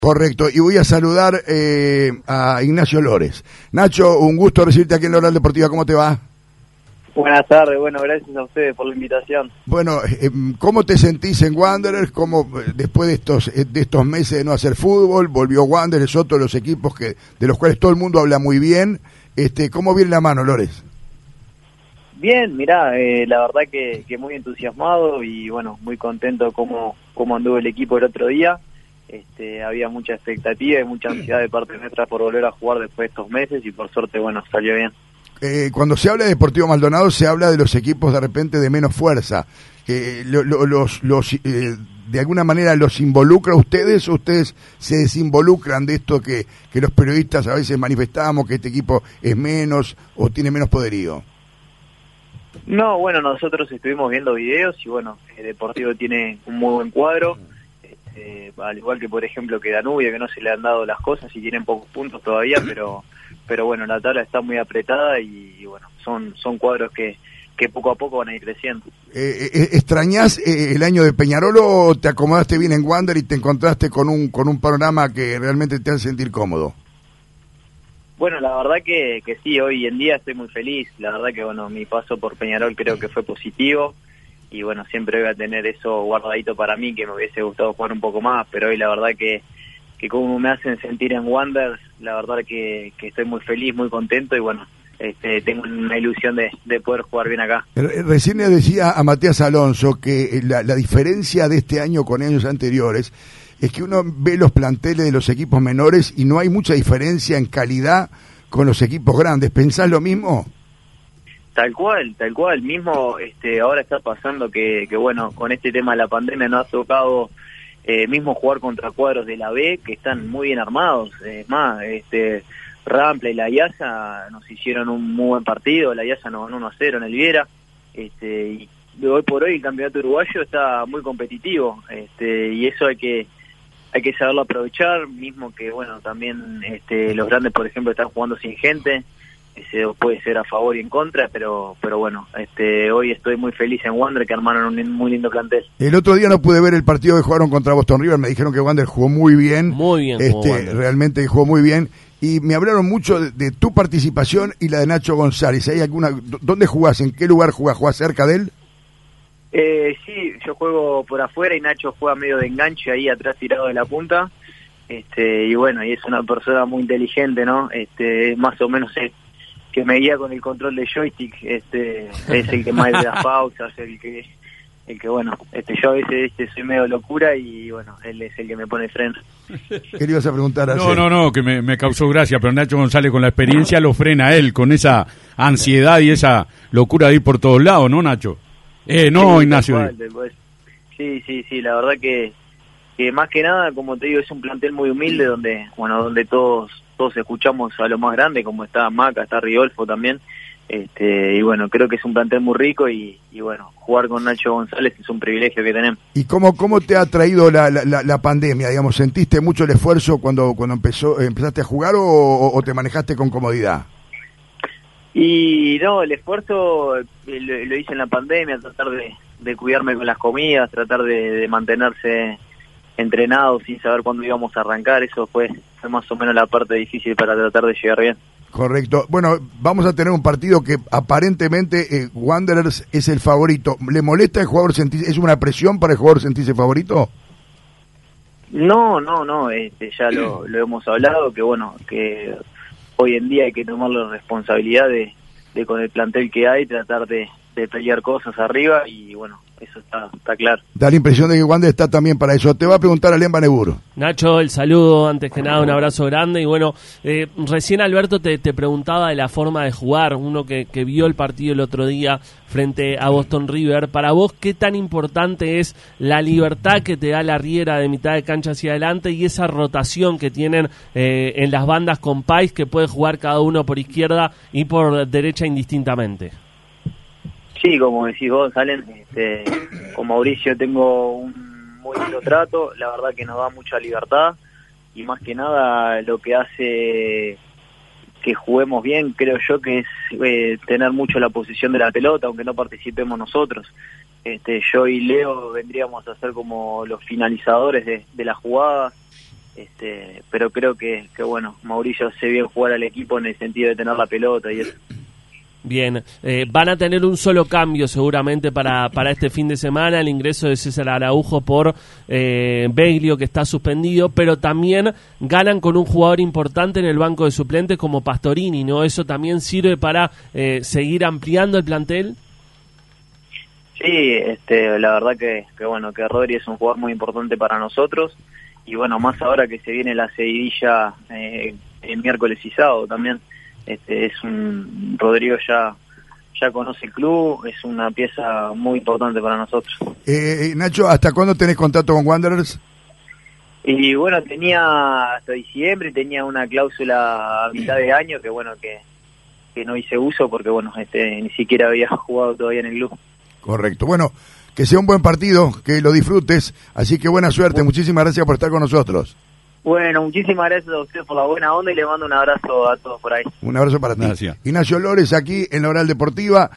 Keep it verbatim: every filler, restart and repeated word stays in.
Correcto, y voy a saludar eh, a Ignacio Lores. Nacho, un gusto recibirte aquí en la Oral Deportiva, ¿cómo te va? Buenas tardes, bueno, gracias a ustedes por la invitación. Bueno, eh, ¿cómo te sentís en Wanderers? ¿Cómo, después de estos de estos meses de no hacer fútbol, volvió Wanderers, otro de los equipos que de los cuales todo el mundo habla muy bien? Este, ¿Cómo viene la mano, Lores? Bien, mirá, eh, la verdad que, que muy entusiasmado y bueno, muy contento cómo, cómo anduvo el equipo el otro día. Este, había mucha expectativa y mucha ansiedad de parte nuestra por volver a jugar después de estos meses y por suerte, bueno, salió bien. Eh, cuando se habla de Deportivo Maldonado se habla de los equipos de repente de menos fuerza. Eh, lo, lo, los, los, eh, ¿De alguna manera los involucra a ustedes o ustedes se desinvolucran de esto que, que los periodistas a veces manifestamos, que este equipo es menos o tiene menos poderío? No, bueno, nosotros estuvimos viendo videos y bueno, el Deportivo tiene un muy buen cuadro, este, al igual que por ejemplo que Danubio, que no se le han dado las cosas y tienen pocos puntos todavía, pero pero bueno, la tabla está muy apretada y, y bueno, son son cuadros que, que poco a poco van a ir creciendo. Eh, eh, ¿Extrañás eh, el año de Peñarol o te acomodaste bien en Wander y te encontraste con un con un panorama que realmente te hace sentir cómodo? Bueno, la verdad que, que sí, hoy en día estoy muy feliz. La verdad que, bueno, mi paso por Peñarol creo que fue positivo. Y, bueno, siempre voy a tener eso guardadito para mí, que me hubiese gustado jugar un poco más. Pero hoy la verdad que, que como me hacen sentir en Wanderers, la verdad que, que estoy muy feliz, muy contento. Y, bueno, este, tengo una ilusión de, de poder jugar bien acá. Recién le decía a Matías Alonso que la, la diferencia de este año con años anteriores es que uno ve los planteles de los equipos menores y no hay mucha diferencia en calidad con los equipos grandes. ¿Pensás lo mismo? Tal cual, tal cual. Mismo este, ahora está pasando que, que, bueno, con este tema de la pandemia nos ha tocado eh, mismo jugar contra cuadros de la B que están muy bien armados. Es más, este, Rampla y la IASA nos hicieron un muy buen partido. La IASA nos ganó uno a cero en el Viera. Este, y de hoy por hoy el campeonato uruguayo está muy competitivo. Este, y eso hay que... hay que saberlo aprovechar, mismo que, bueno, también este, los grandes, por ejemplo, están jugando sin gente, ese puede ser a favor y en contra, pero pero bueno, este hoy estoy muy feliz en Wander, que armaron un muy lindo plantel. El otro día no pude ver el partido que jugaron contra Boston River, me dijeron que Wander jugó muy bien, muy bien este realmente jugó muy bien, y me hablaron mucho de, de tu participación y la de Nacho González. ¿Hay alguna, dónde jugás, en qué lugar jugás, jugás cerca de él? Eh, sí, yo juego por afuera y Nacho juega medio de enganche ahí atrás tirado de la punta, este y bueno, y es una persona muy inteligente, ¿no? Este más o menos es que me guía con el control de joystick, este es el que más de las pausas, el que el que bueno, este yo a veces este soy medio locura y bueno, él es el que me pone freno. ¿Qué le ibas a preguntar a No, no, no, que me, me causó gracia, pero Nacho González con la experiencia lo frena a él, con esa ansiedad y esa locura de ir por todos lados, ¿no, Nacho? Eh, no, sí, Ignacio. Cual, después. Sí, sí, sí, la verdad que, que más que nada, como te digo, es un plantel muy humilde donde, bueno, donde todos todos escuchamos a lo más grande, como está Maca, está Riolfo también, este y bueno, creo que es un plantel muy rico y, y bueno, jugar con Nacho González es un privilegio que tenemos. ¿Y cómo cómo te ha traído la, la, la pandemia? Digamos, ¿sentiste mucho el esfuerzo cuando cuando empezó empezaste a jugar o, o, o te manejaste con comodidad? Y no, el esfuerzo lo, lo hice en la pandemia, tratar de, de cuidarme con las comidas, tratar de, de mantenerse entrenado sin saber cuándo íbamos a arrancar. Eso fue, fue más o menos la parte difícil para tratar de llegar bien. Correcto. Bueno, vamos a tener un partido que aparentemente eh, Wanderers es el favorito. ¿Le molesta el jugador sentirse, es una presión para el jugador sentirse favorito? No, no, no, este, ya lo, lo hemos hablado, que bueno, que hoy en día hay que tomar la responsabilidad de, de con el plantel que hay, tratar de, de pelear cosas arriba y bueno, eso está, está claro. Da la impresión de que Wander está también para eso. Te va a preguntar Alem Baneburo. Nacho, el saludo, antes que nada un abrazo grande y bueno, eh, recién Alberto te, te preguntaba de la forma de jugar, uno que, que vio el partido el otro día frente a Boston River. Para vos, ¿qué tan importante es la libertad que te da la Riera de mitad de cancha hacia adelante y esa rotación que tienen eh, en las bandas con Pais, que puede jugar cada uno por izquierda y por derecha indistintamente? Sí, como decís vos, Alem, este, con Mauricio tengo un muy lindo trato, la verdad que nos da mucha libertad y más que nada lo que hace que juguemos bien, creo yo que es eh, tener mucho la posición de la pelota, aunque no participemos nosotros. Este, yo y Leo vendríamos a ser como los finalizadores de, de la jugada, este, pero creo que, que bueno, Mauricio hace bien jugar al equipo en el sentido de tener la pelota y eso. Bien, eh, van a tener un solo cambio seguramente para, para este fin de semana, el ingreso de César Araujo por eh, Beglio, que está suspendido, pero también ganan con un jugador importante en el banco de suplentes como Pastorini, ¿no? ¿Eso también sirve para eh, seguir ampliando el plantel? Sí, este, la verdad que, que bueno, que Rodri es un jugador muy importante para nosotros, y bueno, más ahora que se viene la seguidilla eh, el miércoles y sábado también. Este es un Rodrigo ya ya conoce el club, es una pieza muy importante para nosotros. Eh, Nacho, ¿hasta cuándo tenés contacto con Wanderers? Y bueno, tenía hasta diciembre, tenía una cláusula a mitad de año que bueno que, que no hice uso porque bueno, este ni siquiera había jugado todavía en el club. Correcto. Bueno, que sea un buen partido, que lo disfrutes, así que buena suerte. Muchísimas gracias por estar con nosotros. Bueno, muchísimas gracias a usted por la buena onda y le mando un abrazo a todos por ahí. Un abrazo para ti. Gracias. Ignacio Lores aquí en la Oral Deportiva.